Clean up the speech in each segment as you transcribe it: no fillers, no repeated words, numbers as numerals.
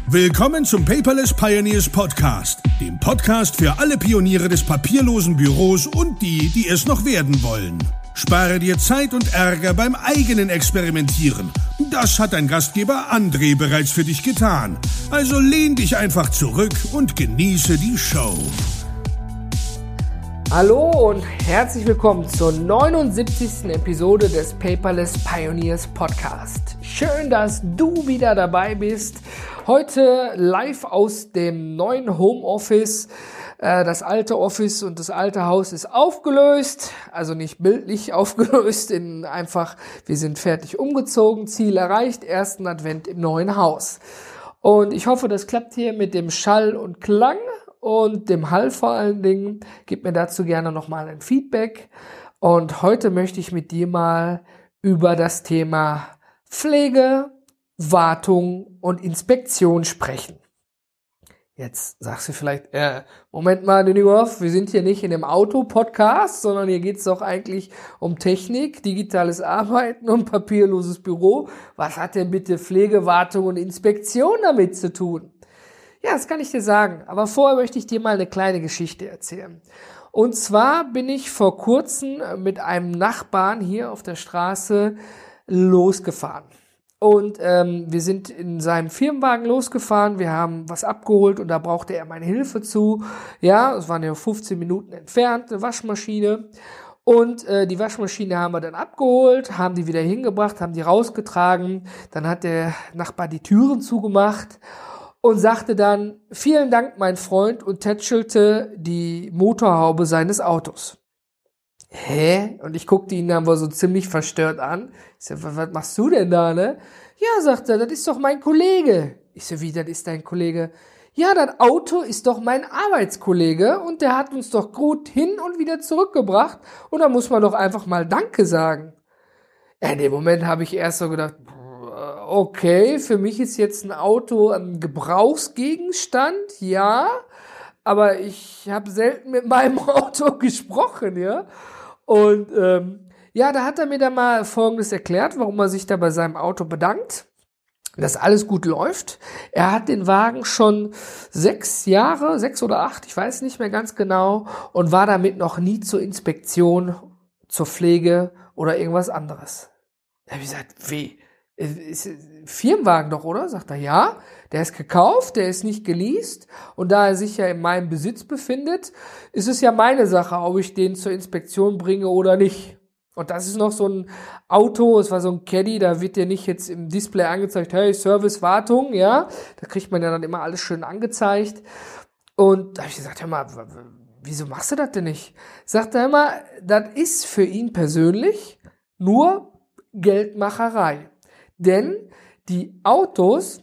Willkommen zum Paperless Pioneers Podcast, dem Podcast für alle Pioniere des papierlosen Büros und die, die es noch werden wollen. Spare dir Zeit und Ärger beim eigenen Experimentieren. Das hat dein Gastgeber André bereits für dich getan. Also lehn dich einfach zurück und genieße die Show. Hallo und herzlich willkommen zur 79. Episode des Paperless Pioneers Podcast. Schön, dass du wieder dabei bist. Heute live aus dem neuen Homeoffice. Das alte Office und das alte Haus ist aufgelöst, also nicht bildlich aufgelöst, wir sind fertig umgezogen, Ziel erreicht, ersten Advent im neuen Haus. Und ich hoffe, das klappt hier mit dem Schall und Klang und dem Hall vor allen Dingen. Gib mir dazu gerne nochmal ein Feedback. Und heute möchte ich mit dir mal über das Thema Pflege, Wartung und Inspektion sprechen. Jetzt sagst du vielleicht, Moment mal, Nüninghoff, wir sind hier nicht in einem Auto-Podcast, sondern hier geht's doch eigentlich um Technik, digitales Arbeiten und papierloses Büro. Was hat denn bitte Pflege, Wartung und Inspektion damit zu tun? Ja, das kann ich dir sagen, aber vorher möchte ich dir mal eine kleine Geschichte erzählen. Und zwar bin ich vor kurzem mit einem Nachbarn hier auf der Straße losgefahren. Und wir sind in seinem Firmenwagen losgefahren, wir haben was abgeholt und da brauchte er meine Hilfe zu. Ja, es waren ja 15 Minuten entfernt, eine Waschmaschine. Und die Waschmaschine haben wir dann abgeholt, haben die wieder hingebracht, haben die rausgetragen. Dann hat der Nachbar die Türen zugemacht und sagte dann, vielen Dank, mein Freund, und tätschelte die Motorhaube seines Autos. Hä? Und ich guckte ihn dann wohl so ziemlich verstört an. Ich so, was machst du denn da, ne? Ja, sagt er, das ist doch mein Kollege. Ich so, wie, das ist dein Kollege? Ja, das Auto ist doch mein Arbeitskollege und der hat uns doch gut hin und wieder zurückgebracht und da muss man doch einfach mal Danke sagen. Ja, in dem Moment habe ich erst so gedacht, okay, für mich ist jetzt ein Auto ein Gebrauchsgegenstand, ja, aber ich habe selten mit meinem Auto gesprochen, ja. Und da hat er mir dann mal Folgendes erklärt, warum er sich da bei seinem Auto bedankt, dass alles gut läuft. Er hat den Wagen schon 6 oder 8, ich weiß nicht mehr ganz genau, und war damit noch nie zur Inspektion, zur Pflege oder irgendwas anderes. Da habe ich gesagt, wie? Ist ein Firmenwagen doch, oder? Sagt er, ja. Der ist gekauft, der ist nicht geleast und da er sich ja in meinem Besitz befindet, ist es ja meine Sache, ob ich den zur Inspektion bringe oder nicht. Und das ist noch so ein Auto, es war so ein Caddy, da wird dir nicht jetzt im Display angezeigt, hey, Service, Wartung, ja. Da kriegt man ja dann immer alles schön angezeigt. Und da habe ich gesagt, hör mal, wieso machst du das denn nicht? Sagt er immer, das ist für ihn persönlich nur Geldmacherei. Denn die Autos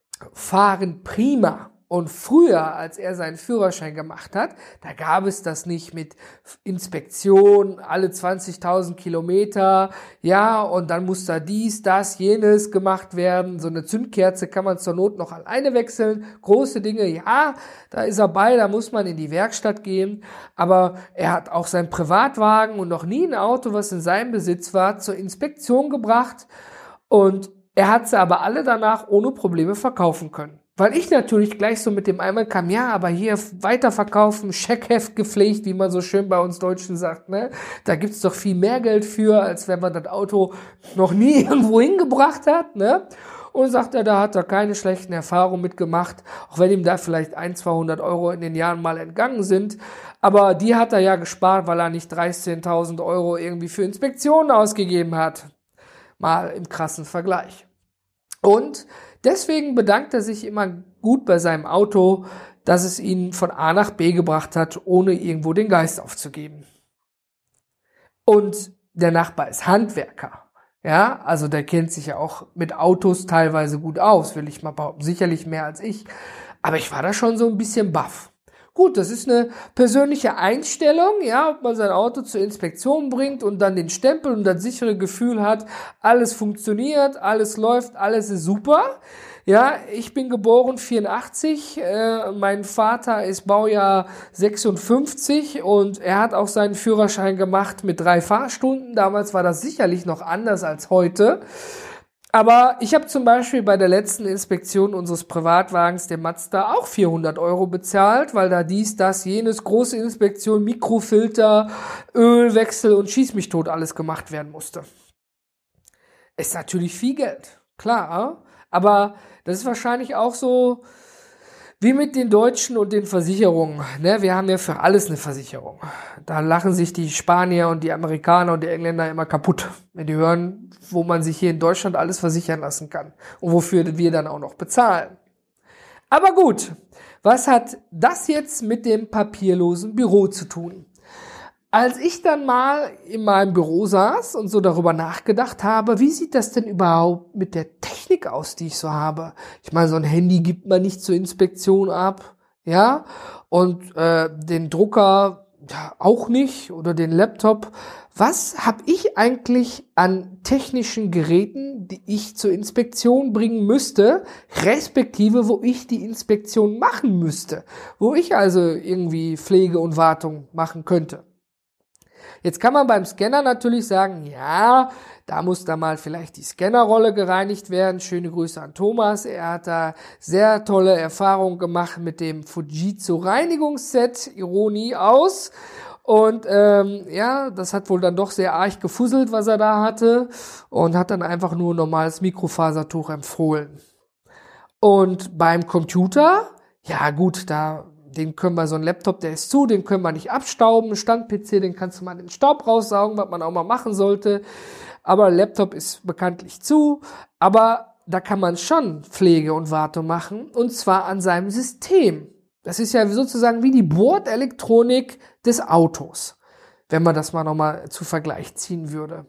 fahren prima. Und früher, als er seinen Führerschein gemacht hat, da gab es das nicht mit Inspektion alle 20.000 Kilometer, ja, und dann muss da dies, das, jenes gemacht werden. So eine Zündkerze kann man zur Not noch alleine wechseln. Große Dinge, ja, da ist er bei, da muss man in die Werkstatt gehen. Aber er hat auch seinen Privatwagen und noch nie ein Auto, was in seinem Besitz war, zur Inspektion gebracht. Und er hat sie aber alle danach ohne Probleme verkaufen können. Weil ich natürlich gleich so mit dem einmal kam, ja, aber hier weiterverkaufen, Scheckheft gepflegt, wie man so schön bei uns Deutschen sagt, ne? Da gibt's doch viel mehr Geld für, als wenn man das Auto noch nie irgendwo hingebracht hat, ne? Und sagt er, da hat er keine schlechten Erfahrungen mitgemacht, auch wenn ihm da vielleicht 100-200 Euro in den Jahren mal entgangen sind. Aber die hat er ja gespart, weil er nicht 13.000 Euro irgendwie für Inspektionen ausgegeben hat. Mal im krassen Vergleich. Und deswegen bedankt er sich immer gut bei seinem Auto, dass es ihn von A nach B gebracht hat, ohne irgendwo den Geist aufzugeben. Und der Nachbar ist Handwerker. Ja, also der kennt sich ja auch mit Autos teilweise gut aus, will ich mal behaupten. Sicherlich mehr als ich. Aber ich war da schon so ein bisschen baff. Gut, das ist eine persönliche Einstellung, ja, ob man sein Auto zur Inspektion bringt und dann den Stempel und das sichere Gefühl hat, alles funktioniert, alles läuft, alles ist super. Ja, ich bin geboren 84, mein Vater ist Baujahr 56 und er hat auch seinen Führerschein gemacht mit 3 Fahrstunden. Damals war das sicherlich noch anders als heute. Aber ich habe zum Beispiel bei der letzten Inspektion unseres Privatwagens, dem Mazda, auch 400 Euro bezahlt, weil da dies, das, jenes, große Inspektion, Mikrofilter, Ölwechsel und schieß mich tot alles gemacht werden musste. Ist natürlich viel Geld, klar. Aber das ist wahrscheinlich auch so wie mit den Deutschen und den Versicherungen. Ne? Wir haben ja für alles eine Versicherung. Da lachen sich die Spanier und die Amerikaner und die Engländer immer kaputt, wenn die hören, wo man sich hier in Deutschland alles versichern lassen kann und wofür wir dann auch noch bezahlen. Aber gut, was hat das jetzt mit dem papierlosen Büro zu tun? Als ich dann mal in meinem Büro saß und so darüber nachgedacht habe, wie sieht das denn überhaupt mit der Technik aus, die ich so habe? Ich meine, so ein Handy gibt man nicht zur Inspektion ab, ja, und den Drucker ja, auch nicht oder den Laptop. Was habe ich eigentlich an technischen Geräten, die ich zur Inspektion bringen müsste, respektive wo ich die Inspektion machen müsste, wo ich also irgendwie Pflege und Wartung machen könnte? Jetzt kann man beim Scanner natürlich sagen, ja, da muss da mal vielleicht die Scannerrolle gereinigt werden. Schöne Grüße an Thomas. Er hat da sehr tolle Erfahrungen gemacht mit dem Fujitsu Reinigungsset. Ironie aus. Und ja, das hat wohl dann doch sehr arg gefusselt, was er da hatte. Und hat dann einfach nur ein normales Mikrofasertuch empfohlen. Und beim Computer, ja gut, den können wir, so ein Laptop, der ist zu, den können wir nicht abstauben. Stand-PC, den kannst du mal den Staub raussaugen, was man auch mal machen sollte. Aber Laptop ist bekanntlich zu. Aber da kann man schon Pflege und Wartung machen. Und zwar an seinem System. Das ist ja sozusagen wie die Bordelektronik des Autos. Wenn man das mal nochmal zu Vergleich ziehen würde.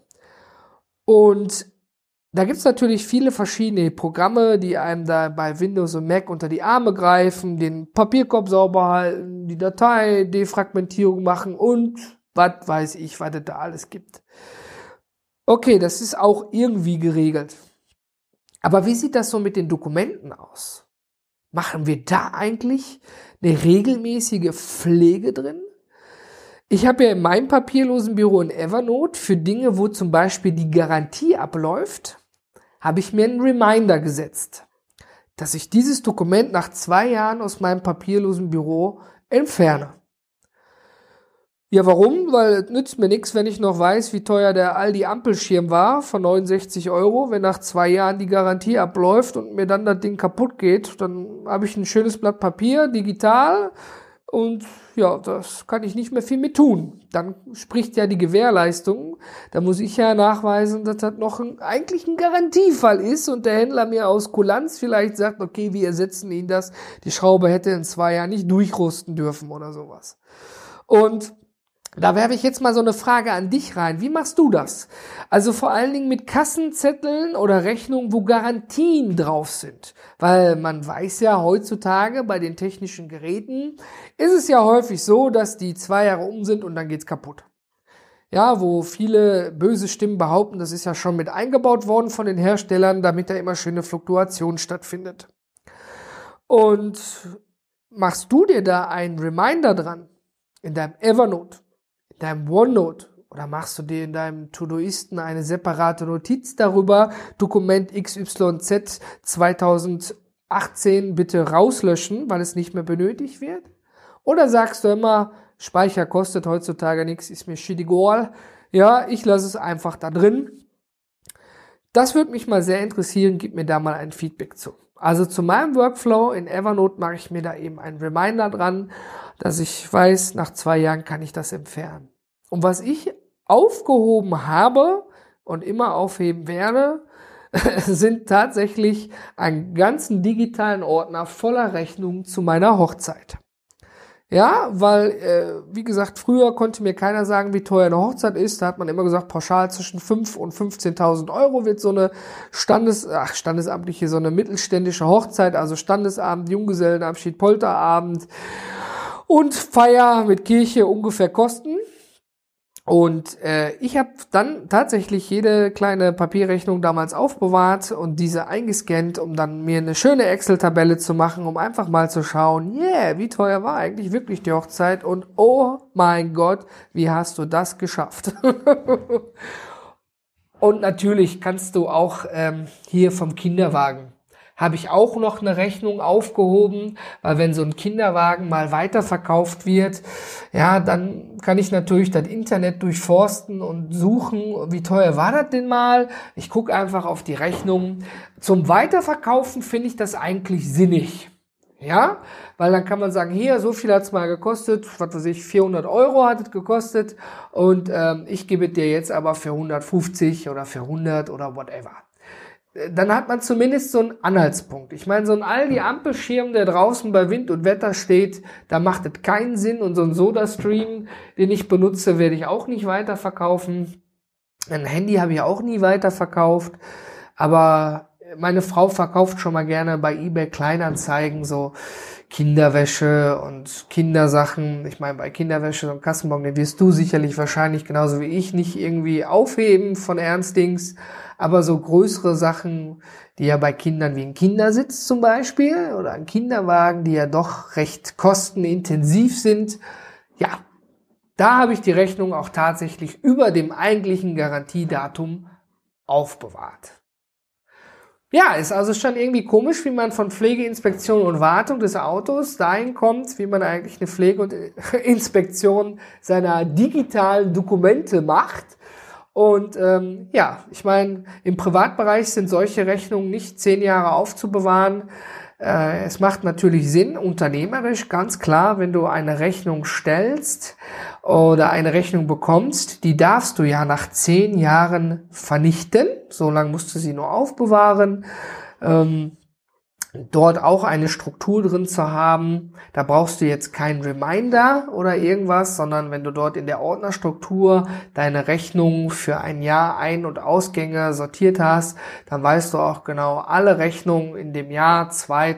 Und da gibt's natürlich viele verschiedene Programme, die einem da bei Windows und Mac unter die Arme greifen, den Papierkorb sauber halten, die Datei-Defragmentierung machen und was weiß ich, was es da alles gibt. Okay, das ist auch irgendwie geregelt. Aber wie sieht das so mit den Dokumenten aus? Machen wir da eigentlich eine regelmäßige Pflege drin? Ich habe ja in meinem papierlosen Büro in Evernote für Dinge, wo zum Beispiel die Garantie abläuft, habe ich mir einen Reminder gesetzt, dass ich dieses Dokument nach 2 Jahren aus meinem papierlosen Büro entferne. Ja, warum? Weil es nützt mir nichts, wenn ich noch weiß, wie teuer der Aldi-Ampelschirm war, von 69 Euro. Wenn nach 2 Jahren die Garantie abläuft und mir dann das Ding kaputt geht, dann habe ich ein schönes Blatt Papier, digital. Und ja, das kann ich nicht mehr viel mit tun. Dann spricht ja die Gewährleistung. Da muss ich ja nachweisen, dass das noch eigentlich ein Garantiefall ist und der Händler mir aus Kulanz vielleicht sagt, okay, wir ersetzen Ihnen das. Die Schraube hätte in 2 Jahren nicht durchrosten dürfen oder sowas. Und da werfe ich jetzt mal so eine Frage an dich rein. Wie machst du das? Also vor allen Dingen mit Kassenzetteln oder Rechnungen, wo Garantien drauf sind. Weil man weiß ja heutzutage bei den technischen Geräten ist es ja häufig so, dass die 2 Jahre um sind und dann geht's kaputt. Ja, wo viele böse Stimmen behaupten, das ist ja schon mit eingebaut worden von den Herstellern, damit da immer schöne Fluktuation stattfindet. Und machst du dir da einen Reminder dran in deinem Evernote, in deinem OneNote, oder machst du dir in deinem Todoisten eine separate Notiz darüber, Dokument XYZ 2018 bitte rauslöschen, weil es nicht mehr benötigt wird? Oder sagst du immer, Speicher kostet heutzutage nichts, ist mir shit egal, ja, ich lasse es einfach da drin. Das würde mich mal sehr interessieren, gib mir da mal ein Feedback zu. Also zu meinem Workflow in Evernote mache ich mir da eben einen Reminder dran, dass ich weiß, nach 2 Jahren kann ich das entfernen. Und was ich aufgehoben habe und immer aufheben werde, sind tatsächlich einen ganzen digitalen Ordner voller Rechnungen zu meiner Hochzeit. Ja, weil, wie gesagt, früher konnte mir keiner sagen, wie teuer eine Hochzeit ist. Da hat man immer gesagt, pauschal zwischen 5.000 und 15.000 Euro wird so eine standesamtliche, so eine mittelständische Hochzeit, also Standesabend, Junggesellenabschied, Polterabend und Feier mit Kirche ungefähr kosten. Und ich habe dann tatsächlich jede kleine Papierrechnung damals aufbewahrt und diese eingescannt, um dann mir eine schöne Excel-Tabelle zu machen, um einfach mal zu schauen, wie teuer war eigentlich wirklich die Hochzeit und oh mein Gott, wie hast du das geschafft? Und natürlich kannst du auch hier vom Kinderwagen, habe ich auch noch eine Rechnung aufgehoben, weil wenn so ein Kinderwagen mal weiterverkauft wird, ja, dann kann ich natürlich das Internet durchforsten und suchen, wie teuer war das denn mal? Ich gucke einfach auf die Rechnung. Zum Weiterverkaufen finde ich das eigentlich sinnig. Ja, weil dann kann man sagen, hier, so viel hat's mal gekostet, was weiß ich, 400 € hat es gekostet und ich gebe dir jetzt aber für 150 oder für 100 oder whatever. Dann hat man zumindest so einen Anhaltspunkt. Ich meine, so ein Aldi-Ampelschirm, der draußen bei Wind und Wetter steht, da macht es keinen Sinn und so ein Soda-Stream, den ich benutze, werde ich auch nicht weiterverkaufen. Ein Handy habe ich auch nie weiterverkauft, aber meine Frau verkauft schon mal gerne bei eBay Kleinanzeigen so Kinderwäsche und Kindersachen. Ich meine, bei Kinderwäsche, so ein Kassenbon, den wirst du sicherlich wahrscheinlich genauso wie ich nicht irgendwie aufheben von Ernstdings. Aber so größere Sachen, die ja bei Kindern wie ein Kindersitz zum Beispiel oder ein Kinderwagen, die ja doch recht kostenintensiv sind, ja, da habe ich die Rechnung auch tatsächlich über dem eigentlichen Garantiedatum aufbewahrt. Ja, ist also schon irgendwie komisch, wie man von Pflegeinspektion und Wartung des Autos dahin kommt, wie man eigentlich eine Pflege- und Inspektion seiner digitalen Dokumente macht. Und ja, ich meine, im Privatbereich sind solche Rechnungen nicht 10 Jahre aufzubewahren. Es macht natürlich Sinn, unternehmerisch, ganz klar, wenn du eine Rechnung stellst oder eine Rechnung bekommst, die darfst du ja nach 10 Jahren vernichten. So lange musst du sie nur aufbewahren. Dort auch eine Struktur drin zu haben. Da brauchst du jetzt keinen Reminder oder irgendwas, sondern wenn du dort in der Ordnerstruktur deine Rechnung für ein Jahr Ein- und Ausgänge sortiert hast, dann weißt du auch genau, alle Rechnungen in dem Jahr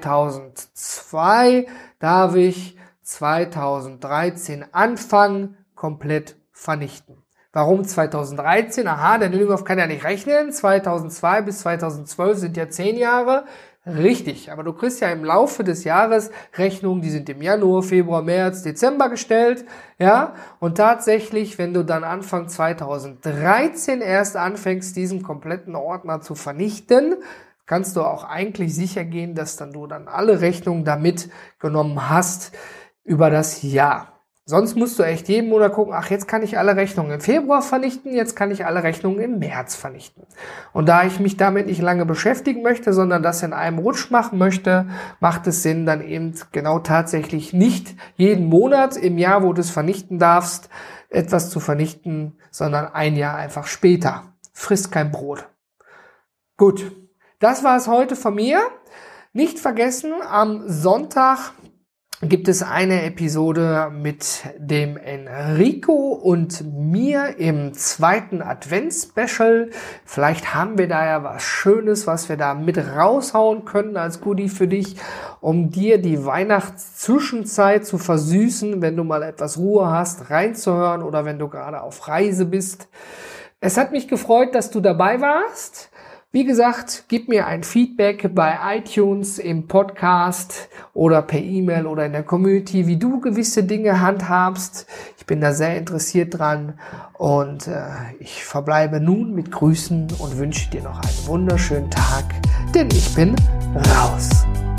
2002 darf ich 2013 anfangen, komplett vernichten. Warum 2013? Aha, der Lügenhoff kann ja nicht rechnen. 2002 bis 2012 sind ja 10 Jahre. Richtig, aber du kriegst ja im Laufe des Jahres Rechnungen, die sind im Januar, Februar, März, Dezember gestellt, ja, und tatsächlich, wenn du dann Anfang 2013 erst anfängst, diesen kompletten Ordner zu vernichten, kannst du auch eigentlich sicher gehen, dass du dann alle Rechnungen da mitgenommen hast über das Jahr. Sonst musst du echt jeden Monat gucken, ach, jetzt kann ich alle Rechnungen im Februar vernichten, jetzt kann ich alle Rechnungen im März vernichten. Und da ich mich damit nicht lange beschäftigen möchte, sondern das in einem Rutsch machen möchte, macht es Sinn, dann eben genau tatsächlich nicht jeden Monat im Jahr, wo du es vernichten darfst, etwas zu vernichten, sondern ein Jahr einfach später. Frisst kein Brot. Gut, das war es heute von mir. Nicht vergessen, am Sonntag gibt es eine Episode mit dem Enrico und mir im 2. Advents-Special. Vielleicht haben wir da ja was Schönes, was wir da mit raushauen können als Goodie für dich, um dir die Weihnachtszwischenzeit zu versüßen, wenn du mal etwas Ruhe hast, reinzuhören oder wenn du gerade auf Reise bist. Es hat mich gefreut, dass du dabei warst. Wie gesagt, gib mir ein Feedback bei iTunes, im Podcast oder per E-Mail oder in der Community, wie du gewisse Dinge handhabst. Ich bin da sehr interessiert dran und ich verbleibe nun mit Grüßen und wünsche dir noch einen wunderschönen Tag, denn ich bin raus.